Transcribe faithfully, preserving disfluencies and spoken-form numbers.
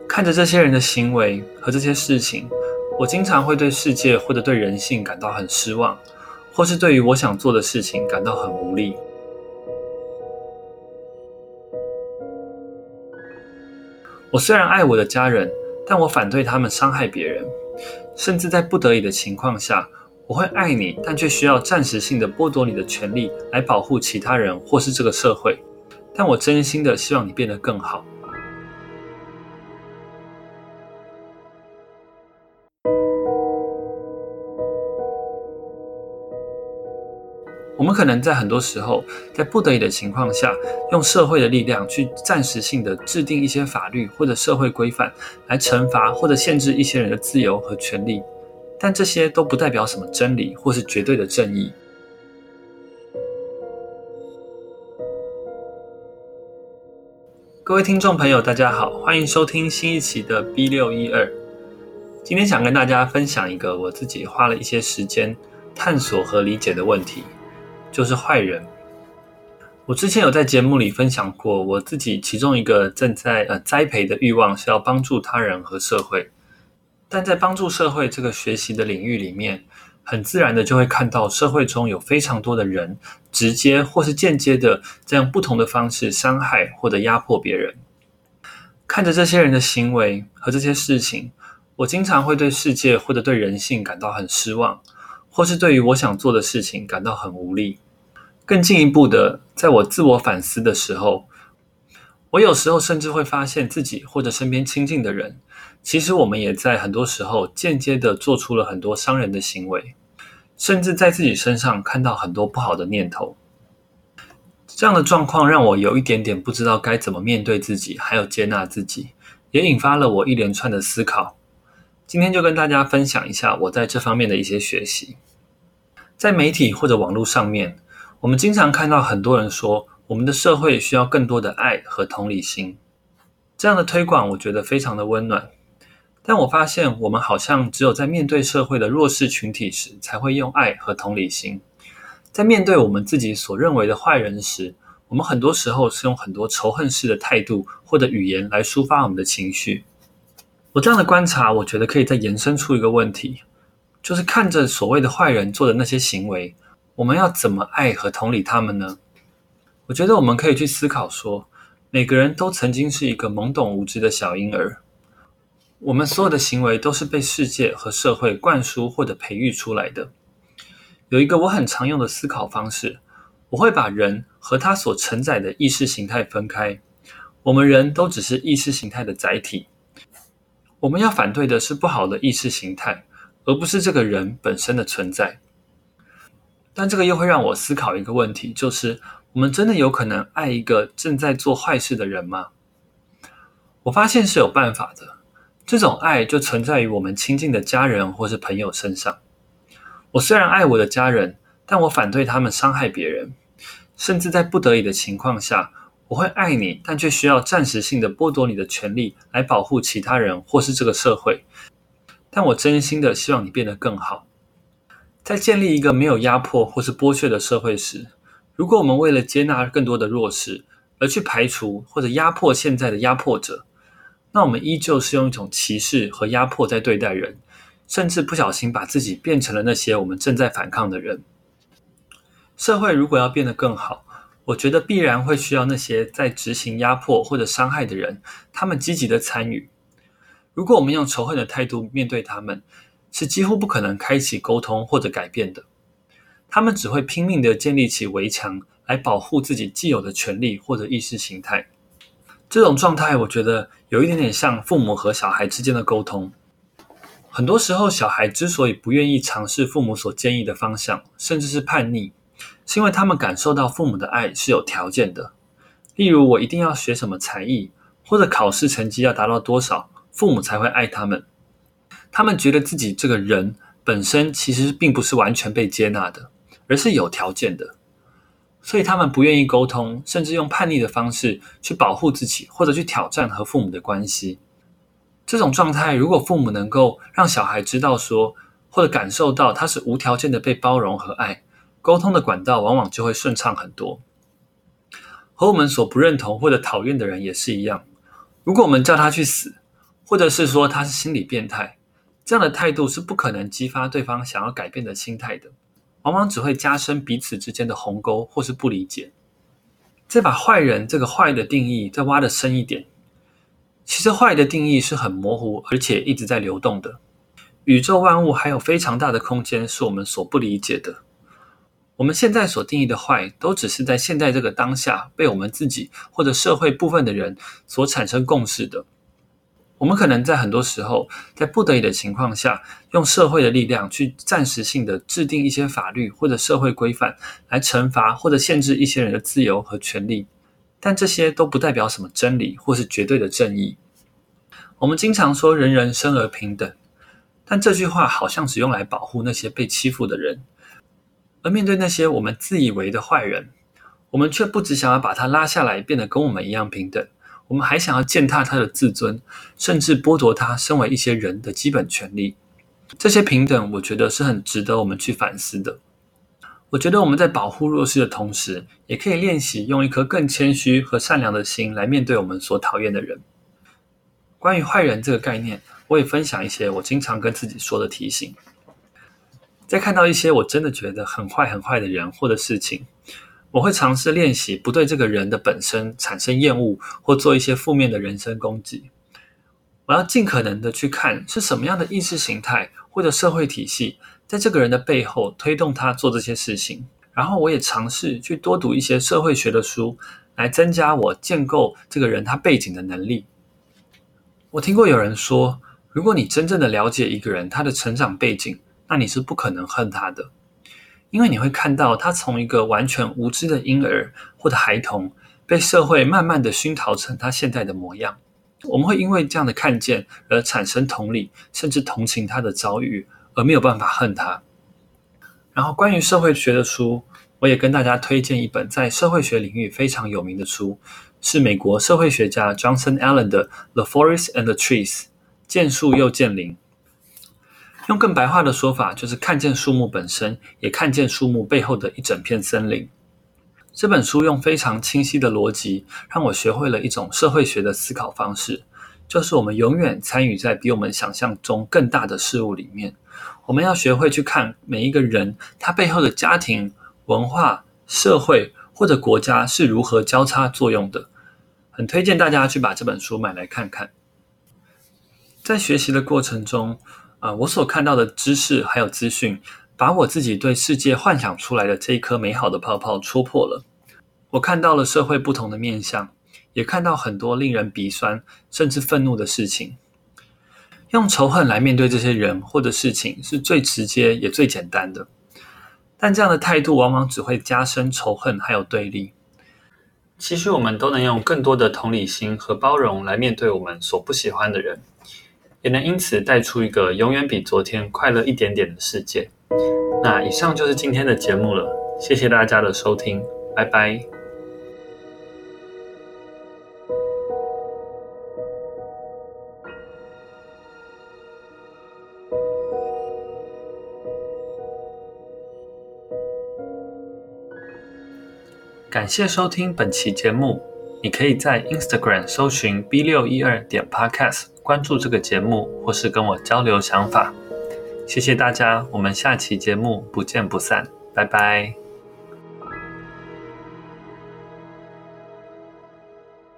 看着这些人的行为和这些事情，我经常会对世界或者对人性感到很失望，或是对于我想做的事情感到很无力。我虽然爱我的家人，但我反对他们伤害别人，甚至在不得已的情况下，我会爱你，但却需要暂时性的剥夺你的权利来保护其他人或是这个社会。但我真心的希望你变得更好。我们可能在很多时候，在不得已的情况下，用社会的力量去暂时性的制定一些法律或者社会规范，来惩罚或者限制一些人的自由和权利。但这些都不代表什么真理或是绝对的正义。各位听众朋友大家好，欢迎收听新一期的 B 六一二。今天想跟大家分享一个我自己花了一些时间探索和理解的问题，就是坏人。我之前有在节目里分享过，我自己其中一个正在呃栽培的欲望是要帮助他人和社会。但在帮助社会这个学习的领域里面，很自然的就会看到社会中有非常多的人直接或是间接的这样不同的方式伤害或者压迫别人。看着这些人的行为和这些事情，我经常会对世界或者对人性感到很失望，或是对于我想做的事情感到很无力。更进一步的，在我自我反思的时候，我有时候甚至会发现自己或者身边亲近的人，其实我们也在很多时候间接的做出了很多伤人的行为，甚至在自己身上看到很多不好的念头。这样的状况让我有一点点不知道该怎么面对自己，还有接纳自己，也引发了我一连串的思考。今天就跟大家分享一下我在这方面的一些学习。在媒体或者网络上面，我们经常看到很多人说，我们的社会需要更多的爱和同理心。这样的推广我觉得非常的温暖，但我发现我们好像只有在面对社会的弱势群体时，才会用爱和同理心。在面对我们自己所认为的坏人时，我们很多时候是用很多仇恨式的态度或者语言来抒发我们的情绪。我这样的观察，我觉得可以再延伸出一个问题，就是看着所谓的坏人做的那些行为，我们要怎么爱和同理他们呢？我觉得我们可以去思考说，每个人都曾经是一个懵懂无知的小婴儿，我们所有的行为都是被世界和社会灌输或者培育出来的。有一个我很常用的思考方式，我会把人和他所承载的意识形态分开。我们人都只是意识形态的载体，我们要反对的是不好的意识形态，而不是这个人本身的存在。但这个又会让我思考一个问题，就是我们真的有可能爱一个正在做坏事的人吗？我发现是有办法的，这种爱就存在于我们亲近的家人或是朋友身上。我虽然爱我的家人，但我反对他们伤害别人，甚至在不得已的情况下，我会爱你，但却需要暂时性的剥夺你的权利来保护其他人或是这个社会。但我真心的希望你变得更好。在建立一个没有压迫或是剥削的社会时，如果我们为了接纳更多的弱势，而去排除或者压迫现在的压迫者，那我们依旧是用一种歧视和压迫在对待人，甚至不小心把自己变成了那些我们正在反抗的人。社会如果要变得更好，我觉得必然会需要那些在执行压迫或者伤害的人，他们积极的参与。如果我们用仇恨的态度面对他们，是几乎不可能开启沟通或者改变的。他们只会拼命的建立起围墙来保护自己既有的权利或者意识形态。这种状态我觉得有一点点像父母和小孩之间的沟通。很多时候小孩之所以不愿意尝试父母所建议的方向，甚至是叛逆，是因为他们感受到父母的爱是有条件的。例如我一定要学什么才艺，或者考试成绩要达到多少，父母才会爱他们。他们觉得自己这个人本身其实并不是完全被接纳的，而是有条件的。所以他们不愿意沟通，甚至用叛逆的方式去保护自己，或者去挑战和父母的关系。这种状态，如果父母能够让小孩知道说，或者感受到他是无条件的被包容和爱，沟通的管道往往就会顺畅很多。和我们所不认同或者讨厌的人也是一样，如果我们叫他去死， 或者是说他是心理变态，这样的态度是不可能激发对方想要改变的心态的，往往只会加深彼此之间的鸿沟或是不理解。再把坏人这个坏的定义再挖得深一点，其实坏的定义是很模糊而且一直在流动的。宇宙万物还有非常大的空间是我们所不理解的。我们现在所定义的坏，都只是在现在这个当下被我们自己或者社会部分的人所产生共识的。我们可能在很多时候，在不得已的情况下，用社会的力量去暂时性的制定一些法律或者社会规范，来惩罚或者限制一些人的自由和权利。但这些都不代表什么真理或是绝对的正义。我们经常说人人生而平等，但这句话好像只用来保护那些被欺负的人。而面对那些我们自以为的坏人，我们却不只想要把他拉下来变得跟我们一样平等，我们还想要践踏他的自尊，甚至剥夺他身为一些人的基本权利。这些平等，我觉得是很值得我们去反思的。我觉得我们在保护弱势的同时，也可以练习用一颗更谦虚和善良的心来面对我们所讨厌的人。关于坏人这个概念，我也分享一些我经常跟自己说的提醒。在看到一些我真的觉得很坏很坏的人或者事情，我会尝试练习不对这个人的本身产生厌恶，或做一些负面的人身攻击。我要尽可能的去看是什么样的意识形态或者社会体系在这个人的背后推动他做这些事情，然后我也尝试去多读一些社会学的书，来增加我建构这个人他背景的能力。我听过有人说，如果你真正的了解一个人他的成长背景，那你是不可能恨他的，因为你会看到他从一个完全无知的婴儿或者孩童，被社会慢慢的熏陶成他现在的模样。我们会因为这样的看见而产生同理，甚至同情他的遭遇，而没有办法恨他。然后关于社会学的书，我也跟大家推荐一本在社会学领域非常有名的书，是美国社会学家 Johnson Allen 的 The Forest and the Trees 见树又见林。用更白话的说法，就是看见树木本身，也看见树木背后的一整片森林。这本书用非常清晰的逻辑，让我学会了一种社会学的思考方式，就是我们永远参与在比我们想象中更大的事物里面。我们要学会去看每一个人，他背后的家庭、文化、社会或者国家是如何交叉作用的。很推荐大家去把这本书买来看看。在学习的过程中，呃，我所看到的知识还有资讯，把我自己对世界幻想出来的这一颗美好的泡泡戳破了。我看到了社会不同的面向，也看到很多令人鼻酸甚至愤怒的事情。用仇恨来面对这些人或者事情是最直接也最简单的，但这样的态度往往只会加深仇恨还有对立。期许我们都能用更多的同理心和包容来面对我们所不喜欢的人，也能因此带出一个永远比昨天快乐一点点的世界。那以上就是今天的节目了，谢谢大家的收听，拜拜。感谢收听本期节目，你可以在 Instagram 搜寻 B 六一二 点 Podcast 关注这个节目，或是跟我交流想法。谢谢大家，我们下期节目不见不散，拜拜。